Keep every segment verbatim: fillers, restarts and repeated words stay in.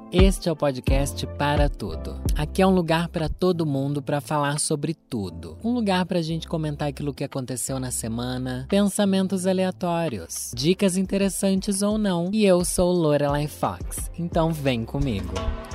Este é o podcast Para Tudo. Aqui é um lugar para todo mundo para falar sobre tudo. Um lugar para a gente comentar aquilo que aconteceu na semana, pensamentos aleatórios, dicas interessantes ou não. E eu sou Lorelai Fox, então vem comigo.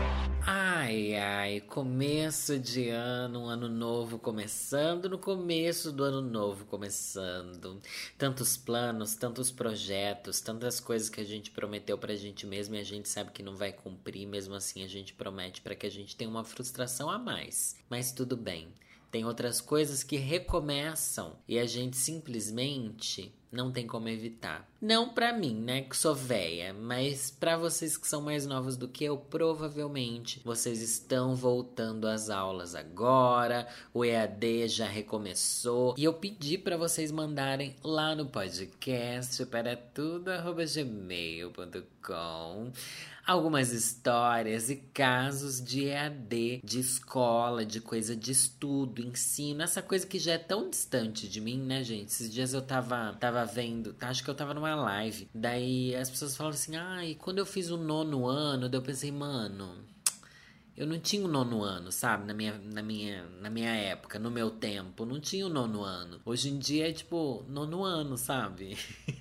Ai, ai, começo de ano, um ano novo começando, no começo do ano novo começando. Tantos planos, tantos projetos, tantas coisas que a gente prometeu pra gente mesmo e a gente sabe que não vai cumprir, mesmo assim a gente promete pra que a gente tenha uma frustração a mais. Mas tudo bem, tem outras coisas que recomeçam e a gente simplesmente não tem como evitar. Não pra mim, né, que sou véia, mas pra vocês que são mais novos do que eu, provavelmente vocês estão voltando às aulas agora, o E A D já recomeçou, e eu pedi pra vocês mandarem lá no podcast para tudo arroba gmail ponto com algumas histórias e casos de E A D, de escola, de coisa de estudo, ensino, essa coisa que já é tão distante de mim, né, gente? Esses dias eu tava, tava vendo, acho que eu tava numa live, daí as pessoas falaram assim, ai, ah, quando eu fiz o nono ano, daí eu pensei, mano, eu não tinha o nono ano, sabe? Na minha, na, minha, na minha época, no meu tempo, não tinha o nono ano. Hoje em dia é tipo, nono ano, sabe?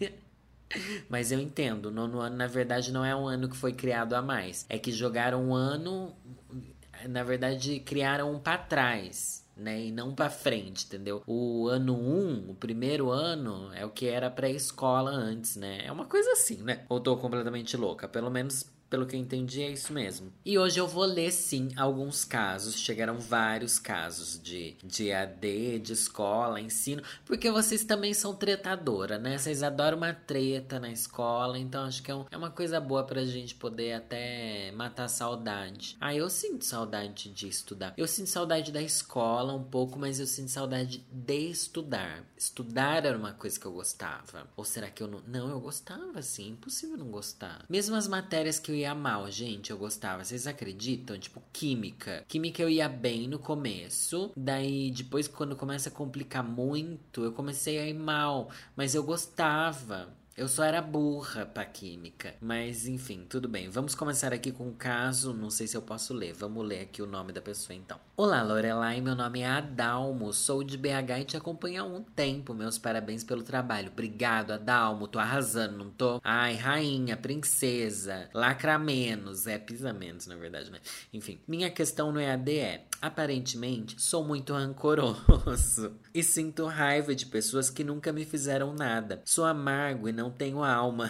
Mas eu entendo, o nono ano na verdade não é um ano que foi criado a mais. É que jogaram um ano, na verdade criaram um pra trás, né? E não pra frente, entendeu? O ano um, o primeiro ano, é o que era pré-escola antes, né? É uma coisa assim, né? Ou tô completamente louca? Pelo menos pelo que eu entendi, é isso mesmo. E hoje eu vou ler, sim, alguns casos. Chegaram vários casos de, de E A D, de escola, ensino. Porque vocês também são tretadora, né? Vocês adoram uma treta na escola. Então, acho que é, um, é uma coisa boa pra gente poder até matar a saudade. Ah, eu sinto saudade de estudar. Eu sinto saudade da escola um pouco, mas eu sinto saudade de estudar. Estudar era uma coisa que eu gostava. Ou será que eu não... Não, eu gostava, sim. Impossível não gostar. Mesmo as matérias que eu ia mal, gente, eu gostava. Vocês acreditam? Tipo, química. Química eu ia bem no começo. Daí, depois, quando começa a complicar muito, eu comecei a ir mal. Mas eu gostava. Eu só era burra pra química. Mas, enfim, tudo bem. Vamos começar aqui com um caso. Não sei se eu posso ler. Vamos ler aqui o nome da pessoa, então. Olá, Lorelai. Meu nome é Adalmo. Sou de B H e te acompanho há um tempo. Meus parabéns pelo trabalho. Obrigado, Adalmo. Tô arrasando, não tô? Ai, rainha, princesa. Lacra menos. É, pisa menos, na verdade, né? Enfim, minha questão no E A D é... Aparentemente, sou muito rancoroso. E sinto raiva de pessoas que nunca me fizeram nada. Sou amargo e não tenho alma.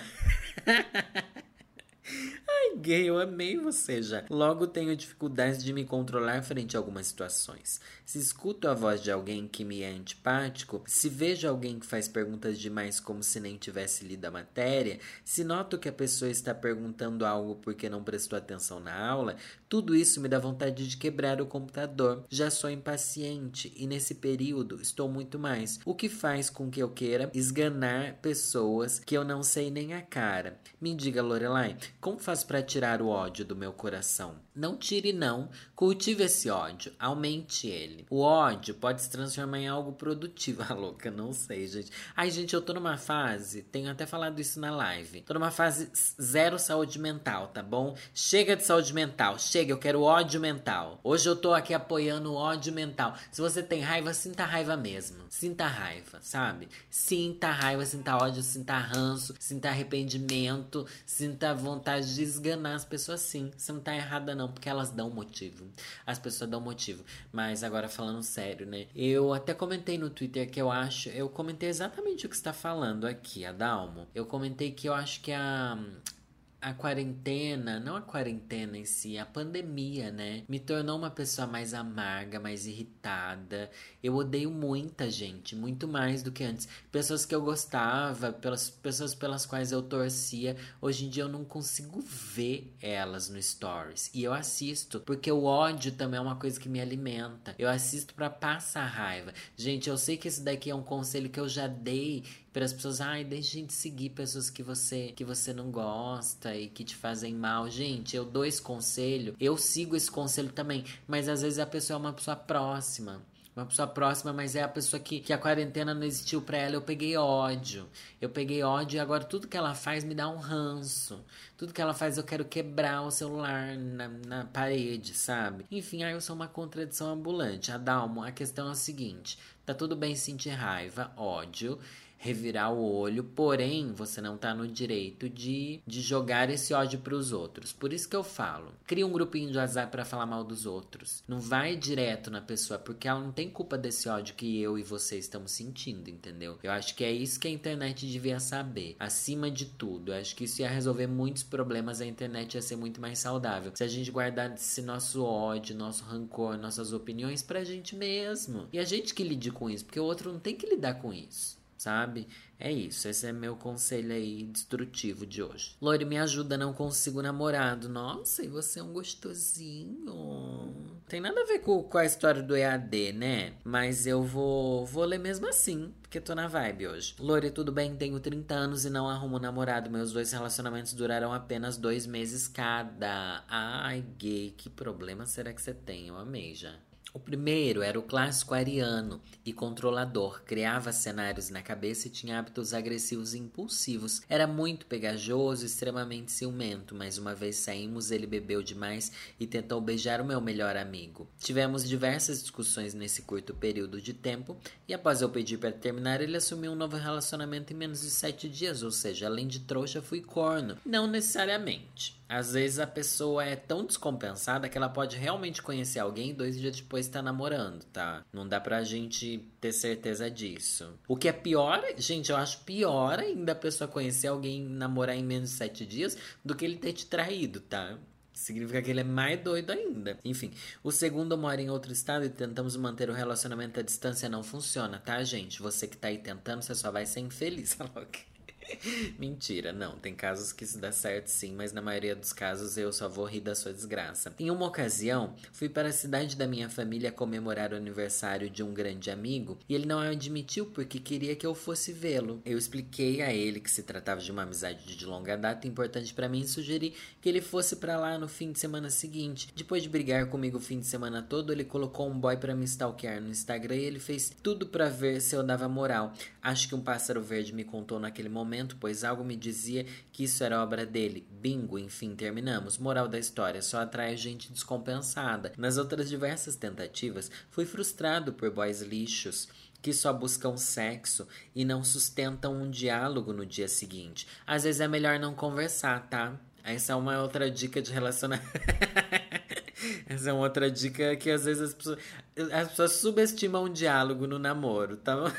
Ai, gay, eu amei você já. Logo tenho dificuldades de me controlar frente a algumas situações. Se escuto a voz de alguém que me é antipático, se vejo alguém que faz perguntas demais como se nem tivesse lido a matéria, se noto que a pessoa está perguntando algo porque não prestou atenção na aula, tudo isso me dá vontade de quebrar o computador. Já sou impaciente e nesse período estou muito mais, o que faz com que eu queira esganar pessoas que eu não sei nem a cara. Me diga, Lorelai, como faço para tirar o ódio do meu coração? Não tire não, cultive esse ódio, aumente ele. O ódio pode se transformar em algo produtivo. Ah, louca, não sei, gente. Ai, gente, eu tô numa fase, tenho até falado isso na live, tô numa fase zero saúde mental, tá bom? Chega de saúde mental, chega, eu quero ódio mental. Hoje eu tô aqui apoiando o ódio mental. Se você tem raiva, sinta raiva mesmo. Sinta raiva, sabe? Sinta raiva, sinta ódio, sinta ranço, sinta arrependimento, sinta vontade de esganar as pessoas, sim. Você não tá errada não, porque elas dão motivo. As pessoas dão motivo. Mas agora falando sério, né? Eu até comentei no Twitter que eu acho... Eu comentei exatamente o que você tá falando aqui, Adalmo. Eu comentei que eu acho que a... A quarentena, não a quarentena em si, a pandemia, né? Me tornou uma pessoa mais amarga, mais irritada. Eu odeio muita gente, muito mais do que antes. Pessoas que eu gostava, pelas pessoas pelas quais eu torcia. Hoje em dia eu não consigo ver elas no Stories. E eu assisto, porque o ódio também é uma coisa que me alimenta. Eu assisto pra passar raiva. Gente, eu sei que esse daqui é um conselho que eu já dei para as pessoas, ai, deixem de seguir pessoas que você, que você não gosta e que te fazem mal. Gente, eu dou esse conselho, eu sigo esse conselho também, mas às vezes a pessoa é uma pessoa próxima. uma pessoa próxima, mas é a pessoa que, que a quarentena não existiu pra ela. Eu peguei ódio. Eu peguei ódio e agora tudo que ela faz me dá um ranço. Tudo que ela faz eu quero quebrar o celular na, na parede, sabe? Enfim, aí eu sou uma contradição ambulante. Adalmo, a questão é a seguinte: tá tudo bem sentir raiva, ódio, revirar o olho, porém você não tá no direito de, de jogar esse ódio pros outros. Por isso que eu falo, cria um grupinho de WhatsApp pra falar mal dos outros. Não vai direto na pessoa, porque ela não tem culpa desse ódio que eu e você estamos sentindo, entendeu? Eu acho que é isso que a internet devia saber. Acima de tudo, eu acho que isso ia resolver muitos problemas, a internet ia ser muito mais saudável. Se a gente guardar esse nosso ódio, nosso rancor, nossas opiniões pra gente mesmo. E a gente que lide com isso, porque o outro não tem que lidar com isso. Sabe? É isso, esse é meu conselho aí destrutivo de hoje. Lori, me ajuda, não consigo namorado. Nossa, e você é um gostosinho. Tem nada a ver com, com a história do E A D, né? Mas eu vou, vou ler mesmo assim, porque tô na vibe hoje. Lori, tudo bem? Tenho trinta anos e não arrumo namorado. Meus dois relacionamentos duraram apenas dois meses cada. Ai, gay, que problema será que você tem? Eu amei já. O primeiro era o clássico ariano e controlador, criava cenários na cabeça e tinha hábitos agressivos e impulsivos. Era muito pegajoso e extremamente ciumento, mas uma vez saímos ele bebeu demais e tentou beijar o meu melhor amigo. Tivemos diversas discussões nesse curto período de tempo e após eu pedir para terminar ele assumiu um novo relacionamento em menos de sete dias, ou seja, além de trouxa fui corno. Não necessariamente. Às vezes a pessoa é tão descompensada que ela pode realmente conhecer alguém e dois dias depois tá namorando, tá? Não dá pra gente ter certeza disso. O que é pior, gente, eu acho pior ainda a pessoa conhecer alguém e namorar em menos de sete dias do que ele ter te traído, tá? Significa que ele é mais doido ainda. Enfim, o segundo mora em outro estado e tentamos manter o relacionamento à distância. Não funciona, tá, gente? Você que tá aí tentando, você só vai ser infeliz, louca. Mentira, não. Tem casos que isso dá certo sim, mas na maioria dos casos eu só vou rir da sua desgraça. Em uma ocasião, fui para a cidade da minha família comemorar o aniversário de um grande amigo e ele não admitiu porque queria que eu fosse vê-lo. Eu expliquei a ele que se tratava de uma amizade de longa data importante para mim e sugeri que ele fosse para lá no fim de semana seguinte. Depois de brigar comigo o fim de semana todo, ele colocou um boy para me stalkear no Instagram e ele fez tudo para ver se eu dava moral. Acho que um pássaro verde me contou naquele momento, pois algo me dizia que isso era obra dele. Bingo, enfim, terminamos. Moral da história, só atrai gente descompensada. Nas outras diversas tentativas, fui frustrado por boys lixos que só buscam sexo e não sustentam um diálogo no dia seguinte. Às vezes é melhor não conversar, tá? Essa é uma outra dica de relacionamento. Essa é uma outra dica que às vezes as pessoas, as pessoas subestimam o diálogo no namoro, tá bom?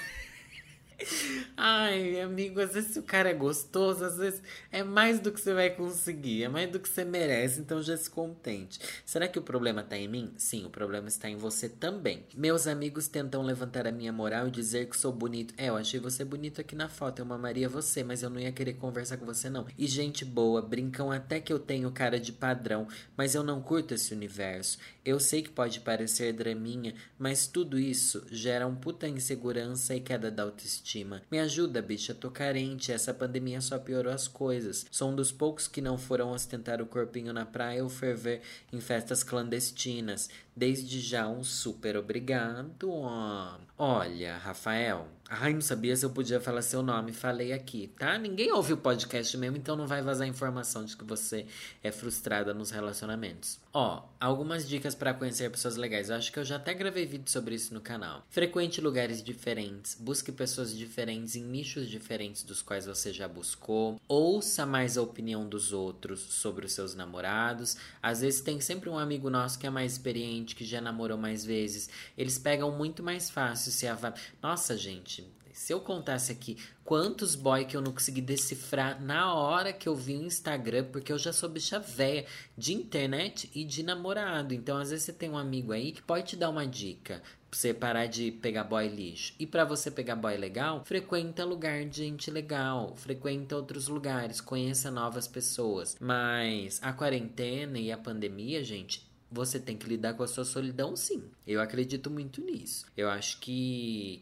Ai, amigo, às vezes se o cara é gostoso, às vezes é mais do que você vai conseguir, é mais do que você merece, então já se contente. Será que o problema tá em mim? Sim, o problema está em você também. Meus amigos tentam levantar a minha moral e dizer que sou bonito. É, eu achei você bonito aqui na foto, eu mamaria você, mas eu não ia querer conversar com você não. E gente boa, brincam até que eu tenho cara de padrão, mas eu não curto esse universo. Eu sei que pode parecer draminha, mas tudo isso gera um puta insegurança e queda da autoestima. Me ajuda, bicha, tô carente, essa pandemia só piorou as coisas. Sou um dos poucos que não foram ostentar o corpinho na praia ou ferver em festas clandestinas. Desde já um super obrigado. Ó. Olha, Rafael, ai, não sabia se eu podia falar seu nome, falei aqui, tá? Ninguém ouve o podcast mesmo, então não vai vazar informação de que você é frustrada nos relacionamentos. Ó, algumas dicas para conhecer pessoas legais. Eu acho que eu já até gravei vídeo sobre isso no canal. Frequente lugares diferentes, busque pessoas diferentes em nichos diferentes dos quais você já buscou. Ouça mais a opinião dos outros sobre os seus namorados. Às vezes tem sempre um amigo nosso que é mais experiente, que já namorou mais vezes. Eles pegam muito mais fácil se a... Nossa, gente, se eu contasse aqui quantos boy que eu não consegui decifrar na hora que eu vi o Instagram, porque eu já sou bicha véia de internet e de namorado. Então, às vezes você tem um amigo aí que pode te dar uma dica pra você parar de pegar boy lixo. E pra você pegar boy legal, frequenta lugar de gente legal, frequenta outros lugares, conheça novas pessoas. Mas a quarentena e a pandemia, gente, você tem que lidar com a sua solidão, sim. Eu acredito muito nisso. Eu acho que... que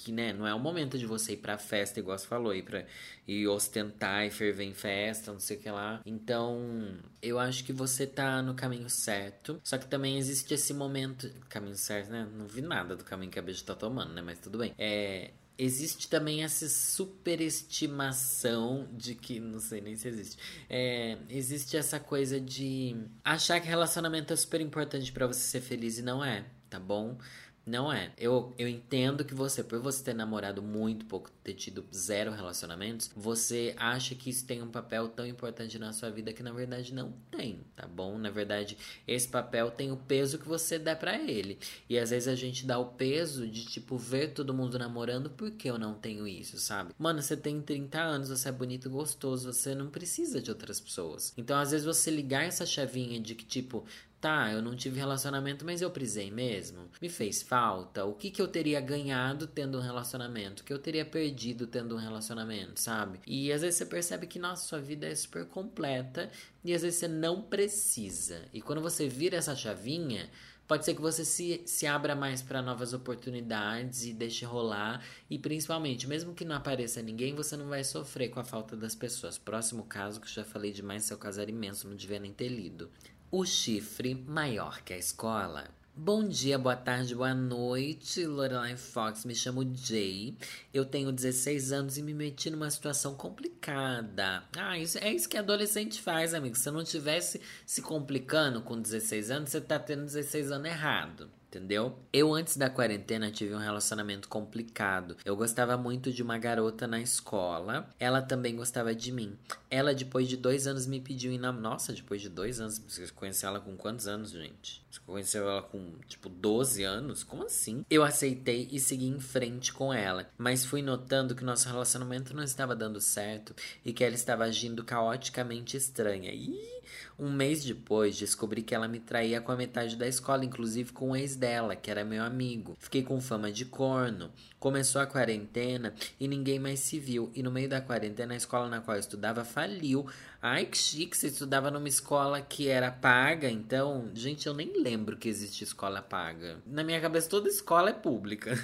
que, né, não é o momento de você ir pra festa, igual você falou, ir pra ir ostentar e ferver em festa, não sei o que lá. Então, eu acho que você tá no caminho certo. Só que também existe esse momento. Caminho certo, né? Não vi nada do caminho que a bicha tá tomando, né? Mas tudo bem. É. Existe também essa superestimação de que... Não sei nem se existe. É, existe essa coisa de achar que relacionamento é super importante pra você ser feliz e não é, tá bom? Não é. Eu, eu entendo que você, por você ter namorado muito pouco, ter tido zero relacionamentos, você acha que isso tem um papel tão importante na sua vida que na verdade não tem, tá bom? Na verdade, esse papel tem o peso que você dá pra ele. E às vezes a gente dá o peso de, tipo, ver todo mundo namorando porque eu não tenho isso, sabe? Mano, você tem trinta anos, você é bonito e gostoso, você não precisa de outras pessoas. Então, às vezes, você ligar essa chavinha de que, tipo... Tá, eu não tive relacionamento, mas eu prisei mesmo. Me fez falta. O que que eu teria ganhado tendo um relacionamento? O que eu teria perdido tendo um relacionamento, sabe? E às vezes você percebe que, nossa, sua vida é super completa e às vezes você não precisa. E quando você vira essa chavinha, pode ser que você se, se abra mais para novas oportunidades e deixe rolar. E principalmente, mesmo que não apareça ninguém, você não vai sofrer com a falta das pessoas. Próximo caso, que eu já falei demais, seu caso era imenso, não devia nem ter lido. O chifre maior que a escola. Bom dia, boa tarde, boa noite, Lorelai Fox, me chamo Jay, eu tenho dezesseis anos e me meti numa situação complicada. Ah, isso, é isso que adolescente faz, amigo. Se você não tivesse se complicando com dezesseis anos, você tá tendo dezesseis anos errado. Entendeu? Eu, antes da quarentena, tive um relacionamento complicado. Eu gostava muito de uma garota na escola. Ela também gostava de mim. Ela, depois de dois anos, me pediu em namoro. Nossa, depois de dois anos? Você conheceu ela com quantos anos, gente? Você conheceu ela com, tipo, doze anos? Como assim? Eu aceitei e segui em frente com ela. Mas fui notando que nosso relacionamento não estava dando certo e que ela estava agindo caoticamente estranha. Ih! Um mês depois, descobri que ela me traía com a metade da escola, inclusive com o ex dela, que era meu amigo. Fiquei com fama de corno. Começou a quarentena e ninguém mais se viu. E no meio da quarentena, a escola na qual eu estudava faliu. Ai, que chique, você estudava numa escola que era paga, então... Gente, eu nem lembro que existe escola paga. Na minha cabeça, toda escola é pública.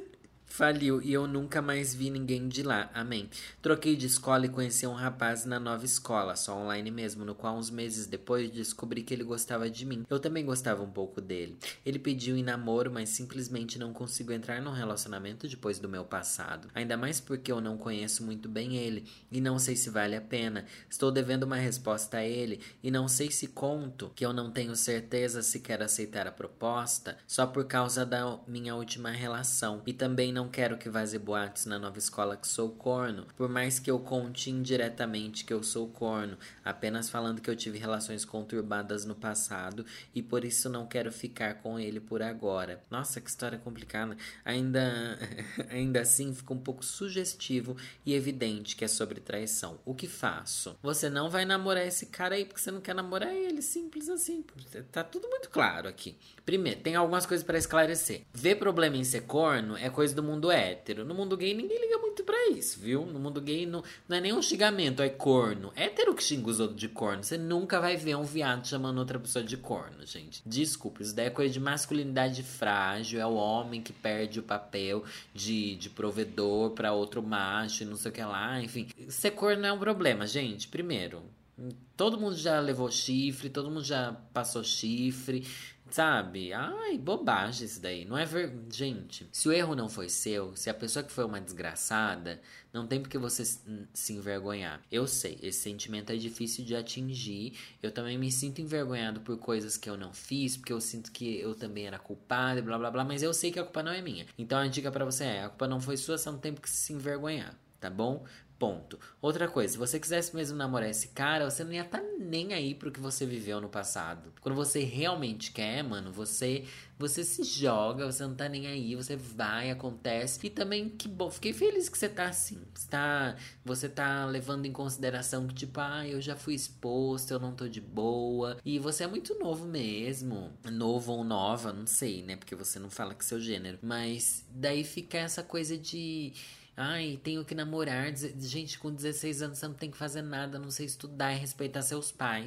Faliu e eu nunca mais vi ninguém de lá, amém. Troquei de escola e conheci um rapaz na nova escola, só online mesmo, no qual uns meses depois descobri que ele gostava de mim. Eu também gostava um pouco dele. Ele pediu em namoro, mas simplesmente não consigo entrar num relacionamento depois do meu passado. Ainda mais porque eu não conheço muito bem ele e não sei se vale a pena. Estou devendo uma resposta a ele e não sei se conto que eu não tenho certeza se quero aceitar a proposta só por causa da minha última relação. E também não quero que vaze boatos na nova escola que sou corno, por mais que eu conte indiretamente que eu sou corno, apenas falando que eu tive relações conturbadas no passado e por isso não quero ficar com ele por agora. Nossa, que história complicada. Ainda, ainda assim, fica um pouco sugestivo e evidente que é sobre traição. O que faço? Você não vai namorar esse cara aí porque você não quer namorar ele, simples assim. Tá tudo muito claro aqui. Primeiro, tem algumas coisas para esclarecer. Ver problema em ser corno é coisa do mundo hétero. No mundo gay ninguém liga muito pra isso, viu? No mundo gay não, não é nem um xingamento, é corno. Hétero que xinga os outros de corno. Você nunca vai ver um viado chamando outra pessoa de corno, gente. Desculpa, isso daí é coisa de masculinidade frágil. É o homem que perde o papel de, de provedor pra outro macho e não sei o que lá. Enfim, ser corno é um problema, gente. Primeiro, todo mundo já levou chifre, todo mundo já passou chifre, sabe? Ai, bobagem isso daí. Não é ver... Gente, se o erro não foi seu, se a pessoa que foi uma desgraçada, não tem por que você se envergonhar. Eu sei, esse sentimento é difícil de atingir. Eu também me sinto envergonhado por coisas que eu não fiz, porque eu sinto que eu também era culpado e blá blá blá, mas eu sei que a culpa não é minha. Então a dica pra você é, a culpa não foi sua, você não tem por que se envergonhar, tá bom? Ponto. Outra coisa, se você quisesse mesmo namorar esse cara, você não ia estar nem aí pro que você viveu no passado. Quando você realmente quer, mano, você você se joga, você não tá nem aí, você vai, acontece. E também, que bom, fiquei feliz que você tá assim. Você tá, você tá levando em consideração que, tipo, ah, eu já fui exposto, eu não tô de boa. E você é muito novo mesmo. Novo ou nova, não sei, né? Porque você não fala que seu gênero. Mas daí fica essa coisa de... Ai, tenho que namorar. Gente, com dezesseis anos você não tem que fazer nada, a não sei estudar e respeitar seus pais.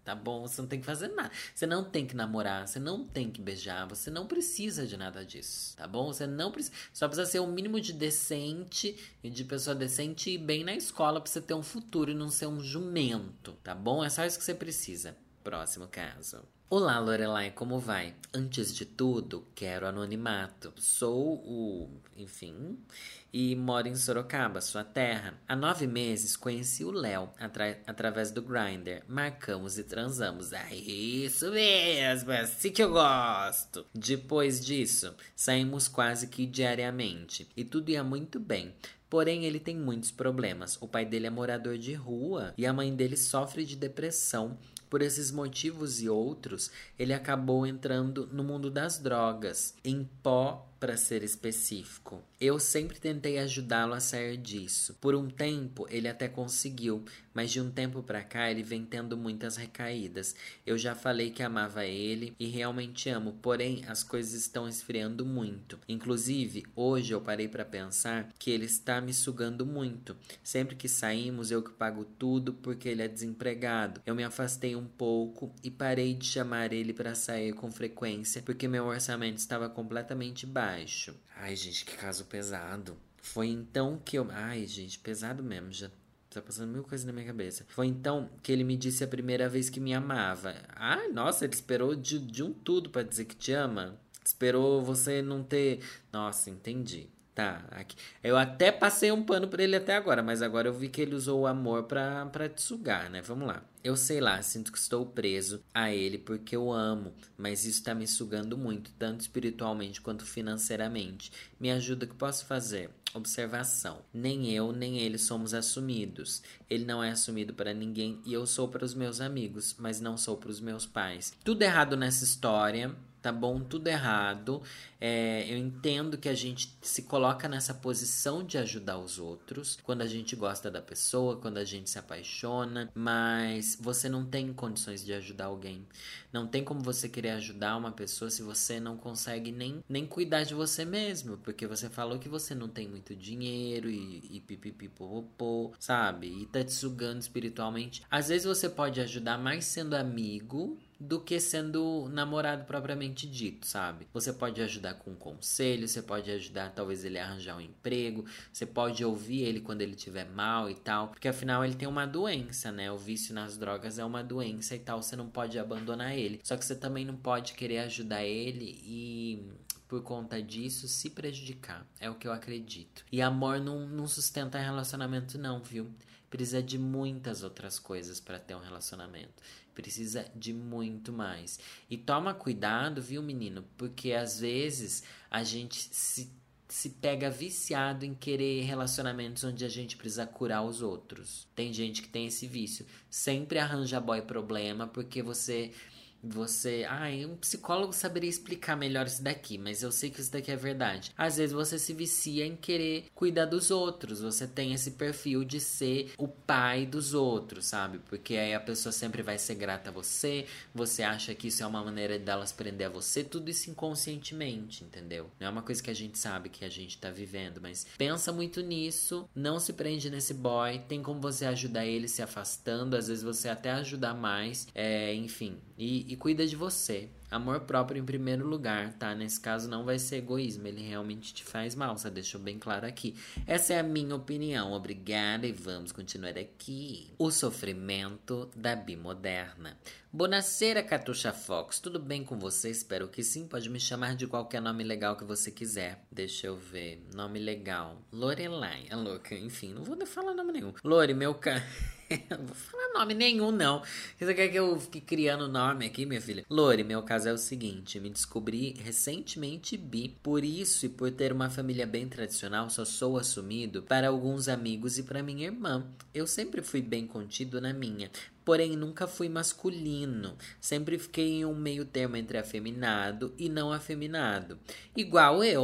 Tá bom? Você não tem que fazer nada. Você não tem que namorar, você não tem que beijar, você não precisa de nada disso, tá bom? Você não precisa. Só precisa ser o um mínimo de decente e de pessoa decente e ir bem na escola pra você ter um futuro e não ser um jumento, tá bom? É só isso que você precisa. Próximo caso. Olá, Lorelai, como vai? Antes de tudo, quero anonimato. Sou o... enfim... e moro em Sorocaba, sua terra. Há nove meses conheci o Léo atra- através do Grindr. Marcamos e transamos. Ah, isso mesmo, é assim que eu gosto. Depois disso, saímos quase que diariamente. E tudo ia muito bem. Porém, ele tem muitos problemas. O pai dele é morador de rua e a mãe dele sofre de depressão. Por esses motivos e outros, ele acabou entrando no mundo das drogas, em pó, para ser específico. Eu sempre tentei ajudá-lo a sair disso. Por um tempo, ele até conseguiu, mas de um tempo pra cá ele vem tendo muitas recaídas. Eu já falei que amava ele e realmente amo, porém as coisas estão esfriando muito. Inclusive, hoje eu parei pra pensar que ele está me sugando muito. Sempre que saímos, eu que pago tudo porque ele é desempregado. Eu me afastei um pouco e parei de chamar ele pra sair com frequência porque meu orçamento estava completamente baixo. Ai, gente, que caso pesado. Foi então que eu... Ai, gente, pesado mesmo. Já tá passando mil coisas na minha cabeça. Foi então que ele me disse a primeira vez que me amava. Ai, nossa, ele esperou de, de um tudo pra dizer que te ama. Esperou você não ter... Nossa, entendi. Tá, aqui. Eu até passei um pano pra ele até agora, mas agora eu vi que ele usou o amor pra, pra te sugar, né? Vamos lá. Eu sei lá, sinto que estou preso a ele porque eu amo, mas isso tá me sugando muito, tanto espiritualmente quanto financeiramente. Me ajuda, o que posso fazer? Observação. Nem eu, nem ele somos assumidos. Ele não é assumido para ninguém e eu sou para os meus amigos, mas não sou para os meus pais. Tudo errado nessa história. Tá bom? Tudo errado. É, eu entendo que a gente se coloca nessa posição de ajudar os outros quando a gente gosta da pessoa, quando a gente se apaixona, mas você não tem condições de ajudar alguém. Não tem como você querer ajudar uma pessoa se você não consegue nem, nem cuidar de você mesmo, porque você falou que você não tem muito dinheiro e, e pipipipopopô, sabe? E tá te sugando espiritualmente. Às vezes você pode ajudar mais sendo amigo do que sendo namorado propriamente dito, sabe? Você pode ajudar com um conselho, você pode ajudar talvez ele a arranjar um emprego, você pode ouvir ele quando ele estiver mal e tal, porque afinal ele tem uma doença, né? O vício nas drogas é uma doença e tal, você não pode abandonar ele. Só que você também não pode querer ajudar ele e... por conta disso, se prejudicar. É o que eu acredito. E amor não, não sustenta relacionamento não, viu? Precisa de muitas outras coisas para ter um relacionamento. Precisa de muito mais. E toma cuidado, viu, menino? Porque às vezes a gente se, se pega viciado em querer relacionamentos onde a gente precisa curar os outros. Tem gente que tem esse vício. Sempre arranja boy problema porque você... Você... Ai, um psicólogo saberia explicar melhor isso daqui, mas eu sei que isso daqui é verdade. Às vezes você se vicia em querer cuidar dos outros. Você tem esse perfil de ser o pai dos outros, sabe? Porque aí a pessoa sempre vai ser grata a você. Você acha que isso é uma maneira delas prender a você. Tudo isso inconscientemente, entendeu? Não é uma coisa que a gente sabe que a gente tá vivendo, mas pensa muito nisso. Não se prende nesse boy. Tem como você ajudar ele se afastando. Às vezes você até ajudar mais. É, enfim... E, e cuida de você. Amor próprio em primeiro lugar, tá? Nesse caso não vai ser egoísmo. Ele realmente te faz mal, só deixou bem claro aqui. Essa é a minha opinião. Obrigada e vamos continuar aqui. O sofrimento da bimoderna. Bonacera, Catuxa Fox. Tudo bem com você? Espero que sim. Pode me chamar de qualquer nome legal que você quiser. Deixa eu ver. Nome legal. Lorelai. A louca. Enfim, não vou falar nome nenhum. Lore, meu ca... Não vou falar nome nenhum, não. Você quer que eu fique criando nome aqui, minha filha? Lore, meu caso é o seguinte. Me descobri recentemente bi. Por isso e por ter uma família bem tradicional, só sou assumido para alguns amigos e para minha irmã. Eu sempre fui bem contido na minha. Porém, nunca fui masculino. Sempre fiquei em um meio termo entre afeminado e não afeminado. Igual eu.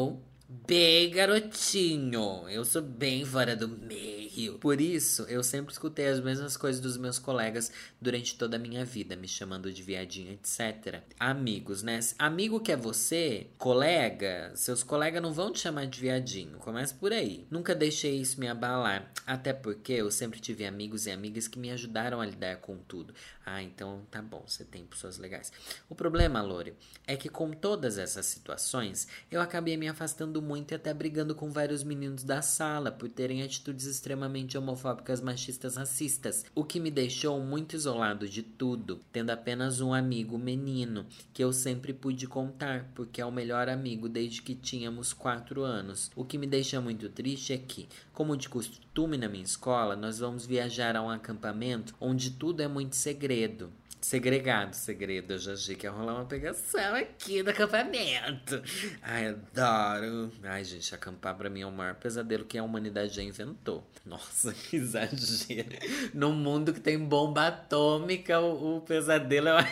Bem garotinho, eu sou bem fora do meio. Por isso, eu sempre escutei as mesmas coisas dos meus colegas durante toda a minha vida, me chamando de viadinho, etcétera. Amigos, né? Amigo que é você, colega, seus colegas não vão te chamar de viadinho, começa por aí. Nunca deixei isso me abalar, até porque eu sempre tive amigos e amigas que me ajudaram a lidar com tudo. Ah, então tá bom, você tem pessoas legais. O problema, Lore, é que com todas essas situações, eu acabei me afastando muito e até brigando com vários meninos da sala por terem atitudes extremamente homofóbicas, machistas, racistas, o que me deixou muito isolado de tudo, tendo apenas um amigo menino, que eu sempre pude contar, porque é o melhor amigo desde que tínhamos quatro anos. O que me deixa muito triste é que, como de costume na minha escola, nós vamos viajar a um acampamento onde tudo é muito segredo. Segregado, segredo. Eu já achei que ia rolar uma pegação aqui no acampamento. Ai, adoro. Ai, gente, acampar pra mim é o maior pesadelo que a humanidade já inventou. Nossa, que exagero. Num mundo que tem bomba atômica, o, o pesadelo é...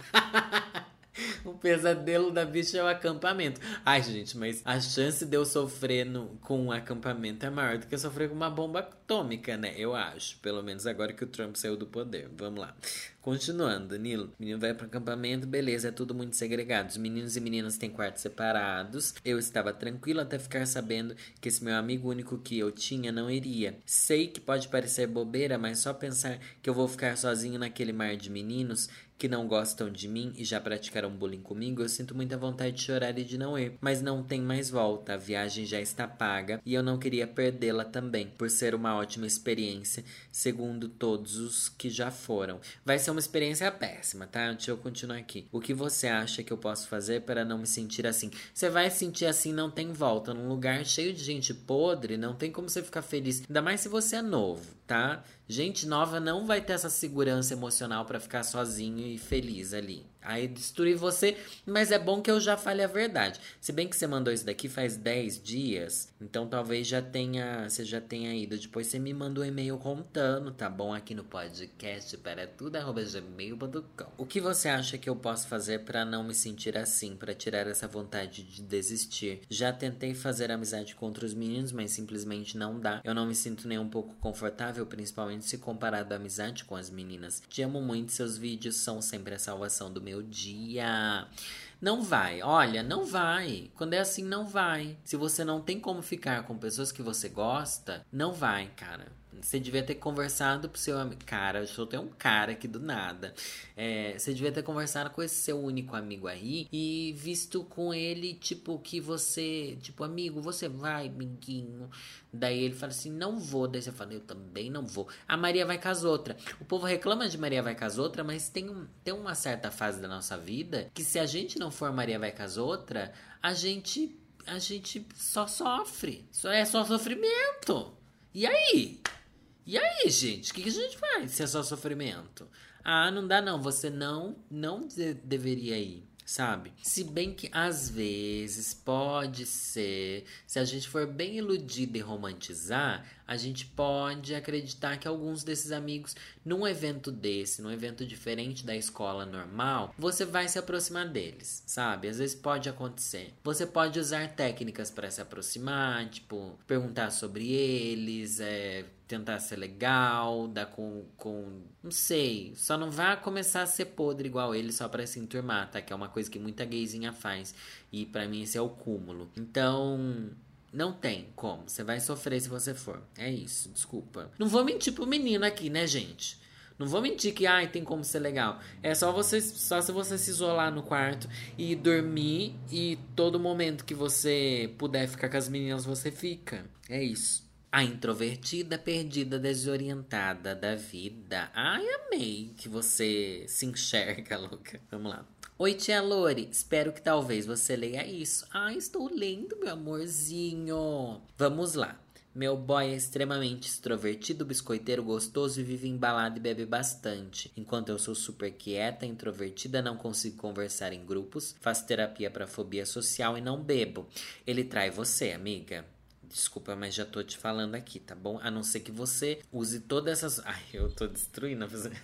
O pesadelo da bicha é o acampamento. Ai, gente, mas a chance de eu sofrer no, com um acampamento é maior do que eu sofrer com uma bomba atômica, né? Eu acho. Pelo menos agora que o Trump saiu do poder. Vamos lá. Continuando, Danilo. O menino vai pro acampamento, beleza, é tudo muito segregado. Os meninos e meninas têm quartos separados. Eu estava tranquilo até ficar sabendo que esse meu amigo único que eu tinha não iria. Sei que pode parecer bobeira, mas só pensar que eu vou ficar sozinho naquele mar de meninos que não gostam de mim e já praticaram bullying comigo, eu sinto muita vontade de chorar e de não ir. Mas não tem mais volta, a viagem já está paga e eu não queria perdê-la também, por ser uma ótima experiência, segundo todos os que já foram. Vai ser uma experiência péssima, tá? Deixa eu continuar aqui. O que você acha que eu posso fazer para não me sentir assim? Você vai se sentir assim, não tem volta. Num lugar cheio de gente podre, não tem como você ficar feliz. Ainda mais se você é novo, tá? Gente nova não vai ter essa segurança emocional pra ficar sozinho e feliz ali. Aí destruir você, mas é bom que eu já fale a verdade. Se bem que você mandou isso daqui faz dez dias, então talvez já tenha, você já tenha ido. Depois você me manda um e-mail contando, tá bom? Aqui no podcast para tudo, arroba gmail ponto com. O que você acha que eu posso fazer pra não me sentir assim, pra tirar essa vontade de desistir? Já tentei fazer amizade com outros meninos, mas simplesmente não dá. Eu não me sinto nem um pouco confortável, principalmente se comparado à amizade com as meninas. Te amo muito, seus vídeos são sempre a salvação do meu dia. Não vai, olha, não vai. Quando é assim, não vai. Se você não tem como ficar com pessoas que você gosta, não vai, cara. Você devia ter conversado pro seu amigo. Cara, eu só tenho um cara aqui do nada. É, você devia ter conversado com esse seu único amigo aí e visto com ele, tipo, que você. Tipo, amigo, você vai, amiguinho. Daí ele fala assim: não vou. Daí você fala: eu também não vou. A Maria vai com as outras. O povo reclama de Maria vai com as outras, mas tem, um, tem uma certa fase da nossa vida que se a gente não for Maria vai com as outras, a gente. A gente só sofre. Só é só sofrimento. E aí? E aí, gente? O que, que a gente faz se é só sofrimento? Ah, não dá não. Você não, não de- deveria ir, sabe? Se bem que às vezes pode ser, se a gente for bem iludido e romantizar, a gente pode acreditar que alguns desses amigos, num evento desse, num evento diferente da escola normal, você vai se aproximar deles, sabe? Às vezes pode acontecer. Você pode usar técnicas para se aproximar, tipo, perguntar sobre eles, é, tentar ser legal, dar com, com... Não sei, só não vá começar a ser podre igual ele só pra se enturmar, tá? Que é uma coisa que muita gayzinha faz. E pra mim esse é o cúmulo. Então... Não tem como. Você vai sofrer se você for. É isso, desculpa. Não vou mentir pro menino aqui, né, gente? Não vou mentir que, ai, tem como ser legal. É só você, só se você se isolar no quarto e dormir e todo momento que você puder ficar com as meninas, você fica. É isso. A introvertida, perdida, desorientada da vida. Ai, amei que você se enxerga, louca. Vamos lá. Oi, tia Lore. Espero que talvez você leia isso. Ai, estou lendo, meu amorzinho. Vamos lá. Meu boy é extremamente extrovertido, biscoiteiro, gostoso e vive embalado e bebe bastante. Enquanto eu sou super quieta, introvertida, não consigo conversar em grupos, faço terapia para fobia social e não bebo. Ele trai você, amiga. Desculpa, mas já tô te falando aqui, tá bom? A não ser que você use todas essas... Ai, eu tô destruindo.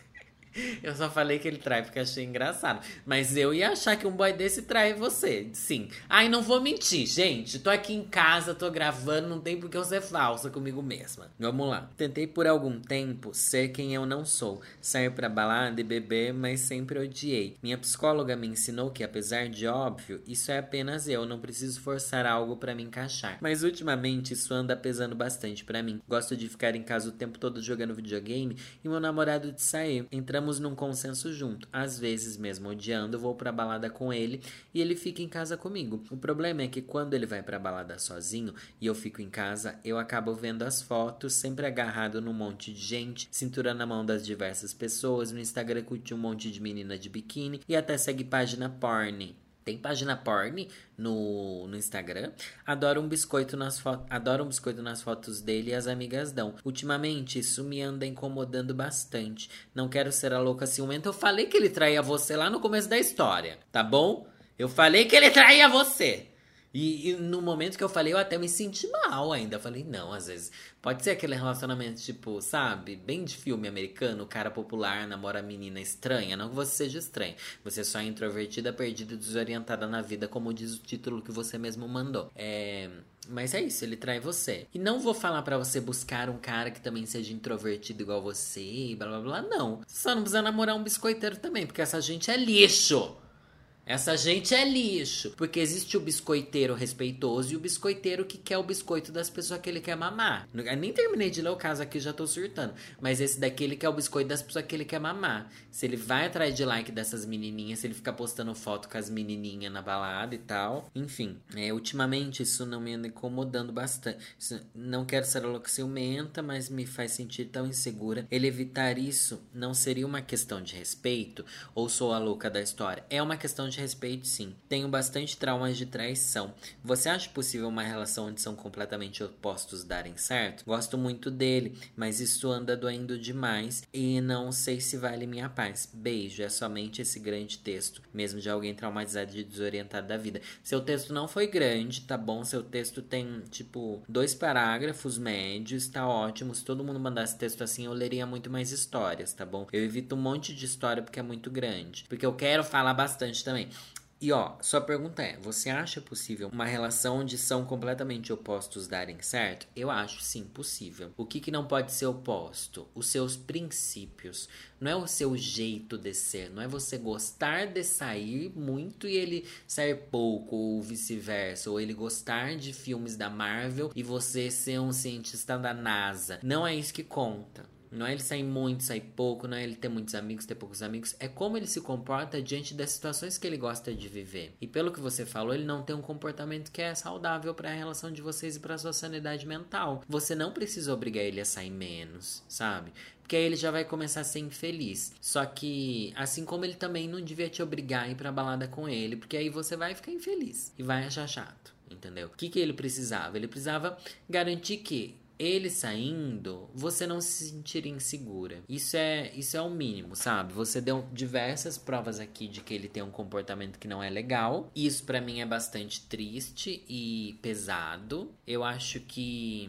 Eu só falei que ele trai porque achei engraçado. Mas eu ia achar que um boy desse trai você. Sim. Ai, não vou mentir, gente. Tô aqui em casa, tô gravando, não tem por que eu ser falsa comigo mesma. Vamos lá. Tentei por algum tempo ser quem eu não sou. Sair pra balada e beber, mas sempre odiei. Minha psicóloga me ensinou que, apesar de óbvio, isso é apenas eu. Não preciso forçar algo pra me encaixar. Mas ultimamente isso anda pesando bastante pra mim. Gosto de ficar em casa o tempo todo jogando videogame e meu namorado de sair. Entramos num consenso junto. Às vezes, mesmo odiando, eu vou pra balada com ele e ele fica em casa comigo. O problema é que quando ele vai pra balada sozinho e eu fico em casa, eu acabo vendo as fotos, sempre agarrado num monte de gente, cintura na mão das diversas pessoas. No Instagram curte um monte de menina de biquíni e até segue página porn. Tem página porn no, no Instagram. Adoro um biscoito nas fotos. Adoro um biscoito nas fotos dele e as amigas dão. Ultimamente, isso me anda incomodando bastante. Não quero ser a louca ciumenta. Eu falei que ele traía você lá no começo da história, tá bom? Eu falei que ele traía você. E, e no momento que eu falei, eu até me senti mal ainda. Eu falei, não, às vezes pode ser aquele relacionamento, tipo, sabe? Bem de filme americano, o cara popular namora a menina estranha. Não que você seja estranha. Você só é introvertida, perdida e desorientada na vida, como diz o título que você mesmo mandou. É... Mas é isso, ele trai você. E não vou falar pra você buscar um cara que também seja introvertido igual você e blá blá blá. Não. Você só não precisa namorar um biscoiteiro também, porque essa gente é lixo. Essa gente é lixo. Porque existe o biscoiteiro respeitoso e o biscoiteiro que quer o biscoito das pessoas que ele quer mamar. Eu nem terminei de ler o caso aqui, já tô surtando. Mas esse daqui, ele quer o biscoito das pessoas que ele quer mamar. Se ele vai atrás de like dessas menininhas, se ele fica postando foto com as menininhas na balada e tal. Enfim, é, ultimamente isso não me anda incomodando bastante. Isso, não quero ser louca ciumenta, mas me faz sentir tão insegura. Ele evitar isso não seria uma questão de respeito? Ou sou a louca da história? É uma questão de respeito, sim. Tenho bastante traumas de traição. Você acha possível uma relação onde são completamente opostos darem certo? Gosto muito dele, mas isso anda doendo demais e não sei se vale minha paz. Beijo. É somente esse grande texto, mesmo de alguém traumatizado e desorientado da vida. Seu texto não foi grande, tá bom? Seu texto tem, tipo, dois parágrafos médios, tá ótimo. Se todo mundo mandasse texto assim, eu leria muito mais histórias, tá bom? Eu evito um monte de história porque é muito grande. Porque eu quero falar bastante também. E ó, sua pergunta é, você acha possível uma relação onde são completamente opostos darem certo? Eu acho sim, possível. O que que não pode ser oposto? Os seus princípios. Não é o seu jeito de ser, não é você gostar de sair muito e ele sair pouco, ou vice-versa. Ou ele gostar de filmes da Marvel e você ser um cientista da NASA. Não é isso que conta. Não é ele sair muito, sair pouco, não é ele ter muitos amigos, ter poucos amigos. É como ele se comporta diante das situações que ele gosta de viver. E pelo que você falou, ele não tem um comportamento que é saudável para a relação de vocês e para sua sanidade mental. Você não precisa obrigar ele a sair menos, sabe? Porque aí ele já vai começar a ser infeliz. Só que, assim como ele também não devia te obrigar a ir pra balada com ele, porque aí você vai ficar infeliz e vai achar chato, entendeu? O que que ele precisava? Ele precisava garantir que ele saindo, você não se sentir insegura. Isso é, isso é o mínimo, sabe? Você deu diversas provas aqui de que ele tem um comportamento que não é legal. Isso pra mim é bastante triste e pesado. Eu acho que...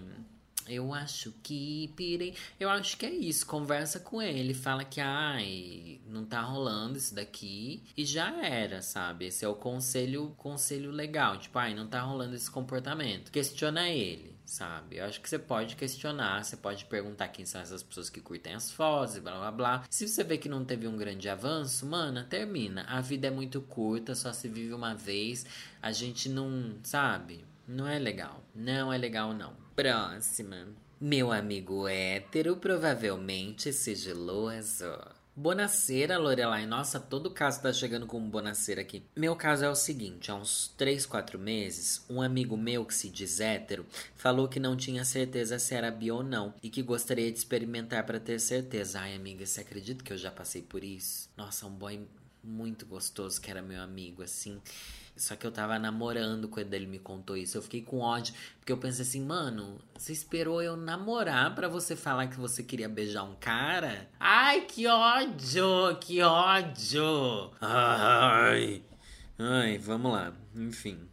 Eu acho que pirei. Eu acho que é isso. Conversa com ele. Fala que, ai, não tá rolando isso daqui. E já era, sabe? Esse é o conselho, conselho legal. Tipo, ai, não tá rolando esse comportamento. Questiona ele, sabe? Eu acho que você pode questionar. Você pode perguntar quem são essas pessoas que curtem as fotos e blá blá blá. Se você vê que não teve um grande avanço, mana, termina. A vida é muito curta, só se vive uma vez. A gente não, sabe? Não é legal. Não é legal, não. Próxima. Meu amigo hétero provavelmente sigiloso. Bonacera, Lorelai. Nossa, todo caso tá chegando com um bonacera aqui. Meu caso é o seguinte, há uns três, quatro meses, um amigo meu que se diz hétero falou que não tinha certeza se era bi ou não e que gostaria de experimentar pra ter certeza. Ai, amiga, você acredita que eu já passei por isso? Nossa, um boy muito gostoso que era meu amigo, assim... Só que eu tava namorando quando ele me contou isso. Eu fiquei com ódio, porque eu pensei assim, mano, você esperou eu namorar pra você falar que você queria beijar um cara? Ai, que ódio, que ódio. Ai, ai, vamos lá, enfim.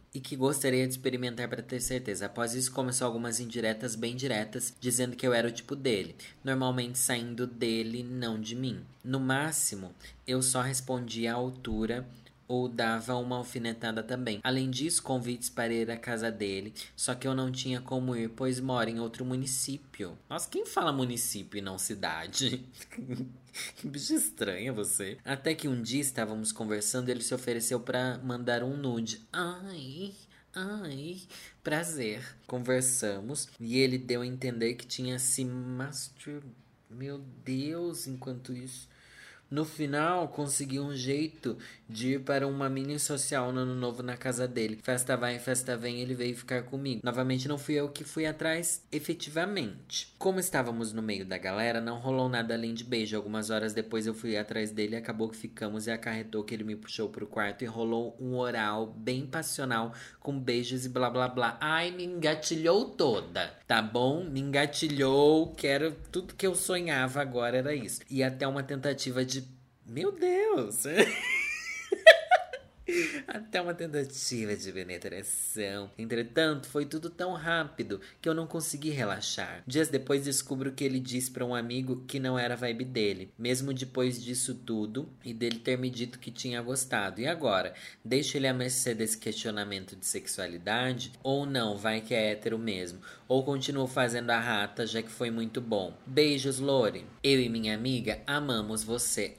e que gostaria de experimentar para ter certeza. Após isso, começou algumas indiretas bem diretas, dizendo que eu era o tipo dele, normalmente saindo dele, não de mim. No máximo, eu só respondia à altura ou dava uma alfinetada também. Além disso, convites para ir à casa dele, só que eu não tinha como ir, pois moro em outro município. Nossa, quem fala município e não cidade? Que bicho estranha você. Até que um dia estávamos conversando e ele se ofereceu para mandar um nude. Ai... Ai, prazer. Conversamos e ele deu a entender que tinha se masturbado. Meu Deus, enquanto isso. No final, consegui um jeito de ir para uma mini social no ano novo na casa dele. Festa vai, festa vem, ele veio ficar comigo. Novamente, não fui eu que fui atrás, efetivamente. Como estávamos no meio da galera, não rolou nada além de beijo. Algumas horas depois eu fui atrás dele, acabou que ficamos e acarretou que ele me puxou pro quarto e rolou um oral bem passional, com beijos e blá blá blá. Ai, me engatilhou toda, tá bom? Me engatilhou, quero tudo que eu sonhava agora era isso. E até uma tentativa de... Meu Deus! Até uma tentativa de penetração. Entretanto, foi tudo tão rápido que eu não consegui relaxar. Dias depois descubro que ele disse para um amigo que não era a vibe dele, mesmo depois disso tudo e dele ter me dito que tinha gostado. E agora? Deixo ele à mercê desse questionamento de sexualidade? Ou não, vai que é hétero mesmo? Ou continuo fazendo a rata, já que foi muito bom? Beijos, Lore. Eu e minha amiga amamos você.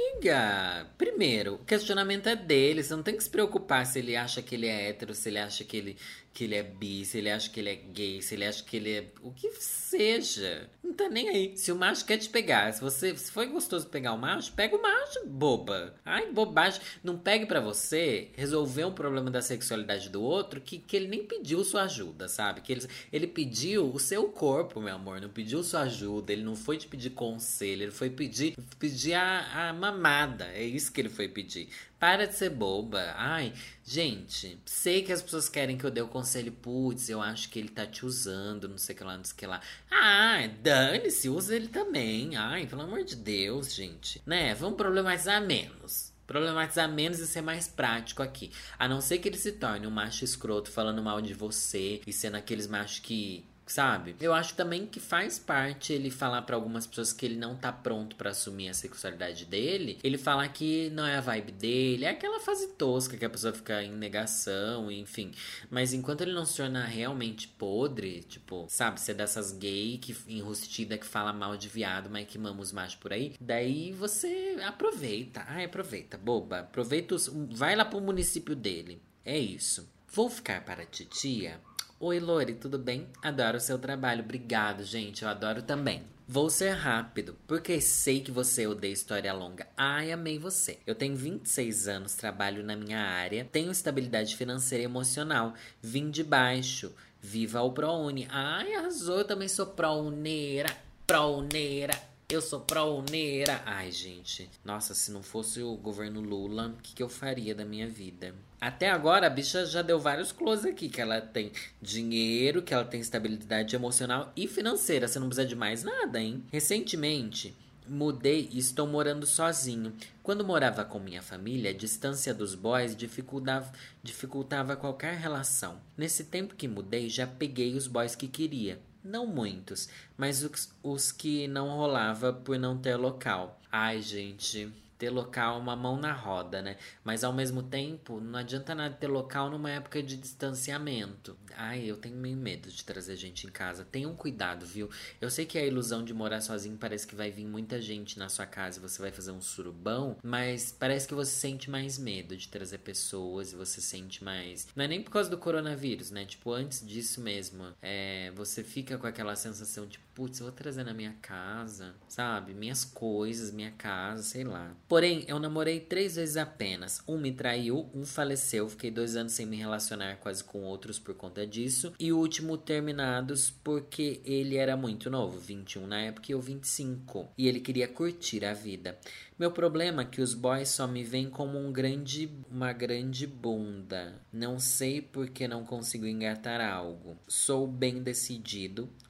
Amiga! Primeiro, o questionamento é dele, você não tem que se preocupar se ele acha que ele é hétero, se ele acha que ele, que ele é bi, se ele acha que ele é gay, se ele acha que ele é... O que seja. Não tá nem aí. Se o macho quer te pegar, se você se foi gostoso pegar o macho, pega o macho, boba. Ai, bobagem. Não pegue pra você resolver um problema da sexualidade do outro que, que ele nem pediu sua ajuda, sabe? Que ele, ele pediu o seu corpo, meu amor. Não pediu sua ajuda. Ele não foi te pedir conselho. Ele foi pedir, pedir a, a mamada. É isso que ele foi pedir. Para de ser boba. Ai, gente, sei que as pessoas querem que eu dê o conselho. Putz, eu acho que ele tá te usando, não sei o que lá, não sei o que lá. Ah, dane-se, usa ele também. Ai, pelo amor de Deus, gente. Né, vamos problematizar menos. Problematizar menos e ser mais prático aqui. A não ser que ele se torne um macho escroto falando mal de você e sendo aqueles machos que... Sabe? Eu acho também que faz parte ele falar pra algumas pessoas que ele não tá pronto pra assumir a sexualidade dele. Ele falar que não é a vibe dele. É aquela fase tosca que a pessoa fica em negação, enfim. Mas enquanto ele não se torna realmente podre, tipo, sabe? Ser dessas gay que, enrustida que fala mal de viado, mas que mama os machos por aí. Daí você aproveita. Ai, aproveita, boba. Aproveita os... Vai lá pro município dele. É isso. Vou ficar para a titia... Oi, Lore, tudo bem? Adoro o seu trabalho. Obrigado, gente. Eu adoro também. Vou ser rápido, porque sei que você odeia história longa. Ai, amei você. Eu tenho vinte e seis anos, trabalho na minha área, tenho estabilidade financeira e emocional. Vim de baixo. Viva o ProUni. Ai, arrasou. Eu também sou ProUneira. ProUneira. Eu sou ProUneira. Ai, gente. Nossa, se não fosse o governo Lula, o que, que eu faria da minha vida? Até agora, a bicha já deu vários close aqui. Que ela tem dinheiro, que ela tem estabilidade emocional e financeira. Você não precisa de mais nada, hein? Recentemente, mudei e estou morando sozinho. Quando morava com minha família, a distância dos boys dificultava, dificultava qualquer relação. Nesse tempo que mudei, já peguei os boys que queria. Não muitos, mas os, os que não rolava por não ter local. Ai, gente, ter local é uma mão na roda, né? Mas ao mesmo tempo, não adianta nada ter local numa época de distanciamento. Ai, eu tenho meio medo de trazer gente em casa. Tenham cuidado, viu? Eu sei que a ilusão de morar sozinho parece que vai vir muita gente na sua casa e você vai fazer um surubão, mas parece que você sente mais medo de trazer pessoas e você sente mais... Não é nem por causa do coronavírus, né? Tipo, antes disso mesmo, é... você fica com aquela sensação de, putz, eu vou trazer na minha casa, sabe? Minhas coisas, minha casa, sei lá. Porém, eu namorei três vezes apenas. Um me traiu, um faleceu, fiquei dois anos sem me relacionar quase com outros por conta disso. E o último terminados porque ele era muito novo, vinte e um na época e eu vinte e cinco. E ele queria curtir a vida. Meu problema é que os boys só me veem como um grande, uma grande bunda. Não sei porque não consigo engatar algo. Sou bem decidido.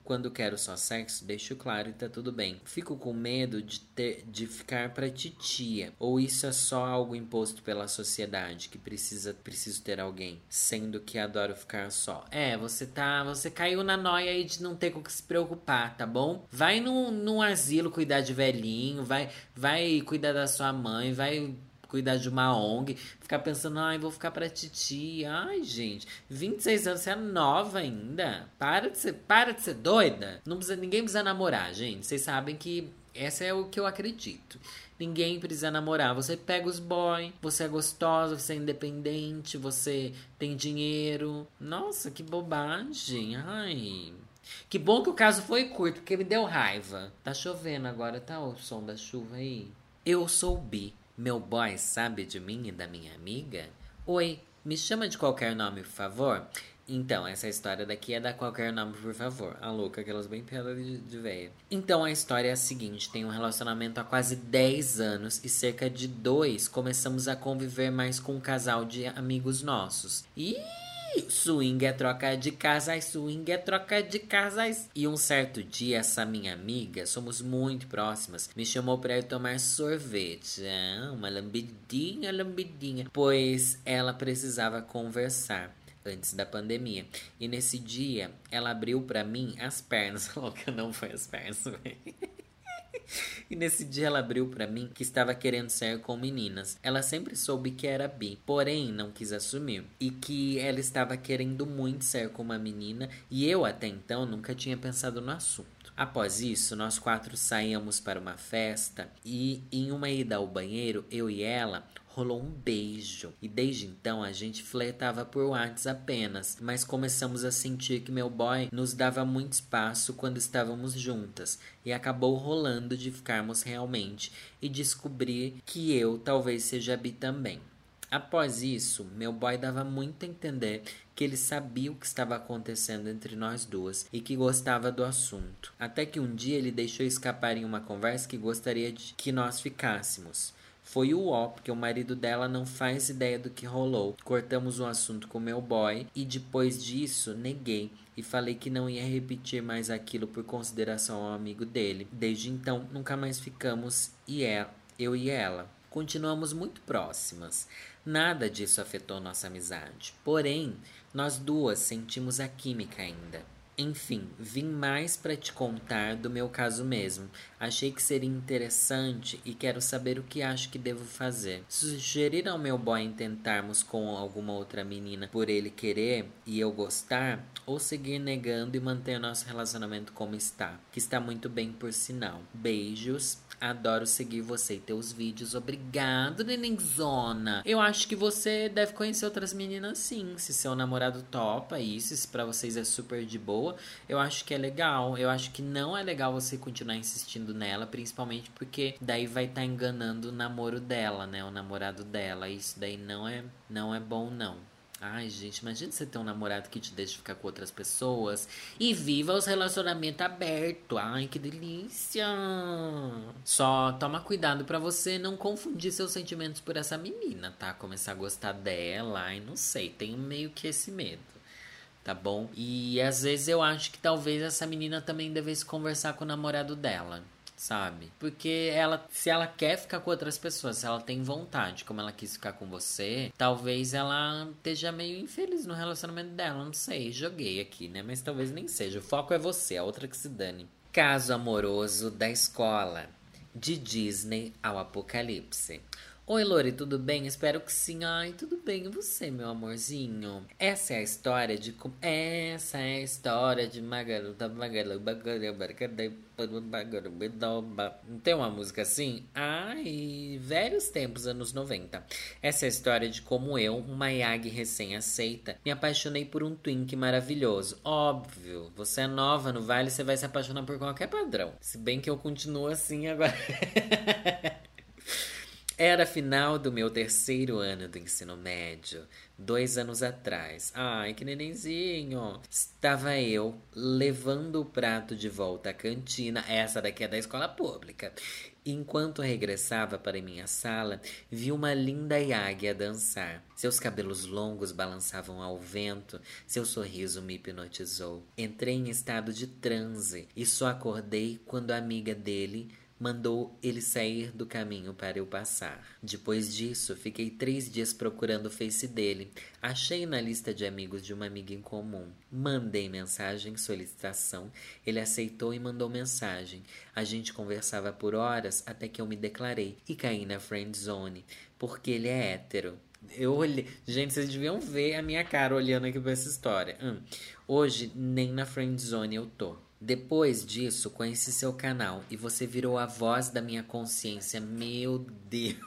Quando quero só sexo, deixo claro e tá tudo bem. Fico com medo de, ter, de ficar pra titia. Ou isso é só algo imposto pela sociedade, que precisa preciso ter alguém, sendo que adoro ficar só. É, você tá, você caiu na noia aí de não ter com o que se preocupar, tá bom? Vai num, num asilo cuidar de velhinho, vai, vai cuidar da sua mãe, vai cuidar de uma O N G, ficar pensando, ai, vou ficar pra titia. Ai, gente, vinte e seis anos, você é nova ainda. Para de ser, para de ser doida. Não precisa, ninguém precisa namorar, gente. Vocês sabem que essa é o que eu acredito. Ninguém precisa namorar. Você pega os boy, você é gostosa, você é independente, você tem dinheiro. Nossa, que bobagem. Ai... Que bom que o caso foi curto, porque me deu raiva. Tá chovendo agora, tá o som da chuva aí? Eu sou bi. Meu boy sabe de mim e da minha amiga? Oi, me chama de qualquer nome, por favor? Então, essa história daqui é da qualquer nome, por favor. A louca, aquelas bem piadas de, de véia. Então, a história é a seguinte. Tem um relacionamento há quase dez anos e cerca de dois começamos a conviver mais com um casal de amigos nossos. Ih! Swing é troca de casais, swing é troca de casais. E um certo dia, essa minha amiga, somos muito próximas, me chamou pra ir tomar sorvete. Ah, uma lambidinha, lambidinha. Pois ela precisava conversar antes da pandemia. E nesse dia, ela abriu pra mim as pernas. Louca, não foi as pernas, velho. E nesse dia ela abriu pra mim que estava querendo sair com meninas. Ela sempre soube que era bi, porém não quis assumir. E que ela estava querendo muito sair com uma menina e eu até então nunca tinha pensado no assunto. Após isso, nós quatro saímos para uma festa e em uma ida ao banheiro, eu e ela... rolou um beijo. E desde então a gente flertava por WhatsApp apenas. Mas começamos a sentir que meu boy nos dava muito espaço quando estávamos juntas. E acabou rolando de ficarmos realmente. E descobrir que eu talvez seja bi também. Após isso, meu boy dava muito a entender que ele sabia o que estava acontecendo entre nós duas e que gostava do assunto. Até que um dia ele deixou escapar em uma conversa que gostaria de que nós ficássemos. Foi o ó, porque o marido dela não faz ideia do que rolou. Cortamos o assunto com meu boy e depois disso neguei e falei que não ia repetir mais aquilo por consideração ao amigo dele. Desde então, nunca mais ficamos e é, eu e ela. Continuamos muito próximas. Nada disso afetou nossa amizade. Porém, nós duas sentimos a química ainda. Enfim, vim mais para te contar do meu caso mesmo. Achei que seria interessante e quero saber o que acho que devo fazer. Sugerir ao meu boy tentarmos com alguma outra menina por ele querer e eu gostar, ou seguir negando e manter nosso relacionamento como está, que está muito bem por sinal. Beijos. Adoro seguir você e teus vídeos. Obrigado, nenenzona. Eu acho que você deve conhecer outras meninas sim. Se seu namorado topa isso, se pra vocês é super de boa, eu acho que é legal. Eu acho que não é legal você continuar insistindo nela, principalmente porque daí vai estar tá enganando o namoro dela, né? O namorado dela. Isso daí não é, não é bom, não. Ai, gente, imagina você ter um namorado que te deixa ficar com outras pessoas. E viva os relacionamentos abertos. Ai, que delícia. Só toma cuidado pra você não confundir seus sentimentos por essa menina, tá? Começar a gostar dela, ai, não sei. Tenho meio que esse medo, tá bom? E às vezes eu acho que talvez essa menina também devesse conversar com o namorado dela, sabe? Porque ela, se ela quer ficar com outras pessoas, se ela tem vontade, como ela quis ficar com você, talvez ela esteja meio infeliz no relacionamento dela, não sei, joguei aqui, né? Mas talvez nem seja, o foco é você, a outra que se dane. Caso amoroso da escola, de Disney ao Apocalipse. Oi, Lori, tudo bem? Espero que sim. Ai, tudo bem. E você, meu amorzinho? Essa é a história de... Com... Essa é a história de Magalu... Magalu... Não tem uma música assim? Ai, velhos tempos, anos noventa. Essa é a história de como eu, uma Yagi recém-aceita, me apaixonei por um twink maravilhoso. Óbvio, você é nova no vale, você vai se apaixonar por qualquer padrão. Se bem que eu continuo assim agora... Era final do meu terceiro ano do ensino médio, dois anos atrás. Ai, que nenenzinho. Estava eu levando o prato de volta à cantina, essa daqui é da escola pública. Enquanto regressava para minha sala, vi uma linda águia dançar. Seus cabelos longos balançavam ao vento, seu sorriso me hipnotizou. Entrei em estado de transe e só acordei quando a amiga dele mandou ele sair do caminho para eu passar. Depois disso, fiquei três dias procurando o Face dele. Achei na lista de amigos de uma amiga em comum. Mandei mensagem, solicitação. Ele aceitou e mandou mensagem. A gente conversava por horas até que eu me declarei e caí na friend zone, porque ele é hétero. Eu olhei... Gente, vocês deviam ver a minha cara olhando aqui pra essa história. Hum. Hoje, nem na friend zone eu tô. Depois disso, conheci seu canal e você virou a voz da minha consciência. Meu Deus!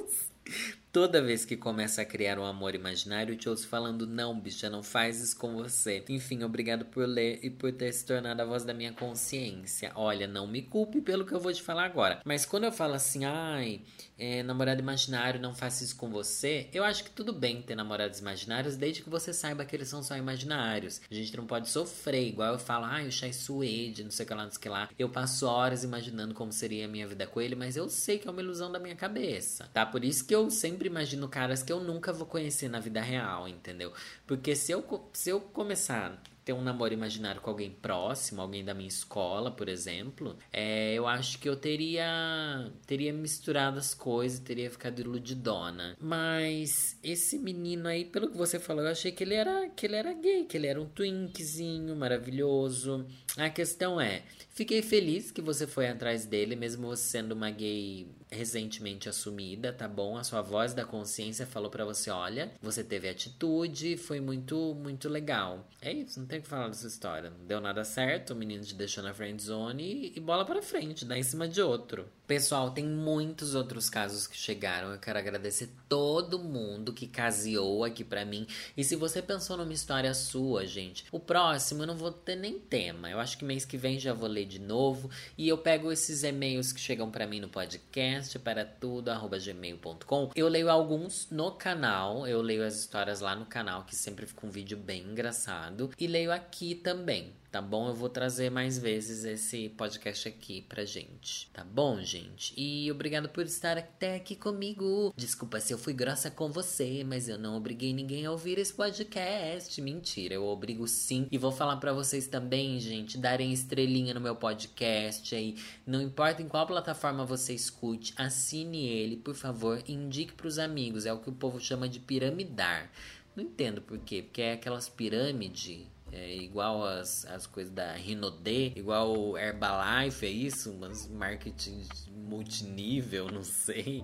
Toda vez que começa a criar um amor imaginário, eu te ouço falando, não, bicha, não faz isso com você. Enfim, obrigado por ler e por ter se tornado a voz da minha consciência. Olha, não me culpe pelo que eu vou te falar agora. Mas quando eu falo assim, ai, é, namorado imaginário, não faça isso com você, eu acho que tudo bem ter namorados imaginários, desde que você saiba que eles são só imaginários. A gente não pode sofrer, igual eu falo, ai, o Chai Suede, não sei o que lá, não sei o que lá. Eu passo horas imaginando como seria a minha vida com ele, mas eu sei que é uma ilusão da minha cabeça, tá? Por isso que eu sempre imagino caras que eu nunca vou conhecer na vida real, entendeu? Porque se eu, se eu começar a ter um namoro imaginário com alguém próximo, alguém da minha escola, por exemplo, é, eu acho que eu teria teria misturado as coisas, teria ficado iludidona. Mas esse menino aí, pelo que você falou, eu achei que ele era, que ele era gay, que ele era um twinkzinho maravilhoso. A questão é, fiquei feliz que você foi atrás dele, mesmo você sendo uma gay recentemente assumida, tá bom? A sua voz da consciência falou pra você, olha, você teve atitude, foi muito, muito legal. É isso, não tem o que falar dessa história. Não deu nada certo, o menino te deixou na friend zone e bola pra frente, dá em cima de outro. Pessoal, tem muitos outros casos que chegaram. Eu quero agradecer todo mundo que caseou aqui pra mim. E se você pensou numa história sua, gente, o próximo eu não vou ter nem tema. Eu acho que mês que vem já vou ler de novo. E eu pego esses e-mails que chegam pra mim no podcast, para tudo, arroba gmail ponto com. Eu leio alguns no canal. Eu leio as histórias lá no canal, que sempre fica um vídeo bem engraçado. E leio aqui também. Tá bom? Eu vou trazer mais vezes esse podcast aqui pra gente. Tá bom, gente? E obrigado por estar até aqui comigo. Desculpa se eu fui grossa com você, mas eu não obriguei ninguém a ouvir esse podcast. Mentira, eu obrigo sim. E vou falar pra vocês também, gente, darem estrelinha no meu podcast aí. Não importa em qual plataforma você escute, assine ele, por favor, e indique pros amigos. É o que o povo chama de piramidar. Não entendo por quê. Porque é aquelas pirâmides... É igual as, as coisas da Rinode, igual o Herbalife, é isso? Mas marketing multinível, não sei.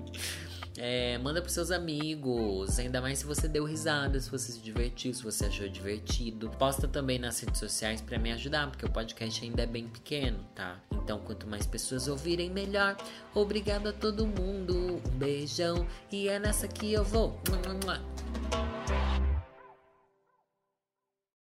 É, manda pros seus amigos, ainda mais se você deu risada, se você se divertiu, se você achou divertido. Posta também nas redes sociais pra me ajudar, porque o podcast ainda é bem pequeno, tá? Então, quanto mais pessoas ouvirem, melhor. Obrigado a todo mundo, um beijão, e é nessa que eu vou.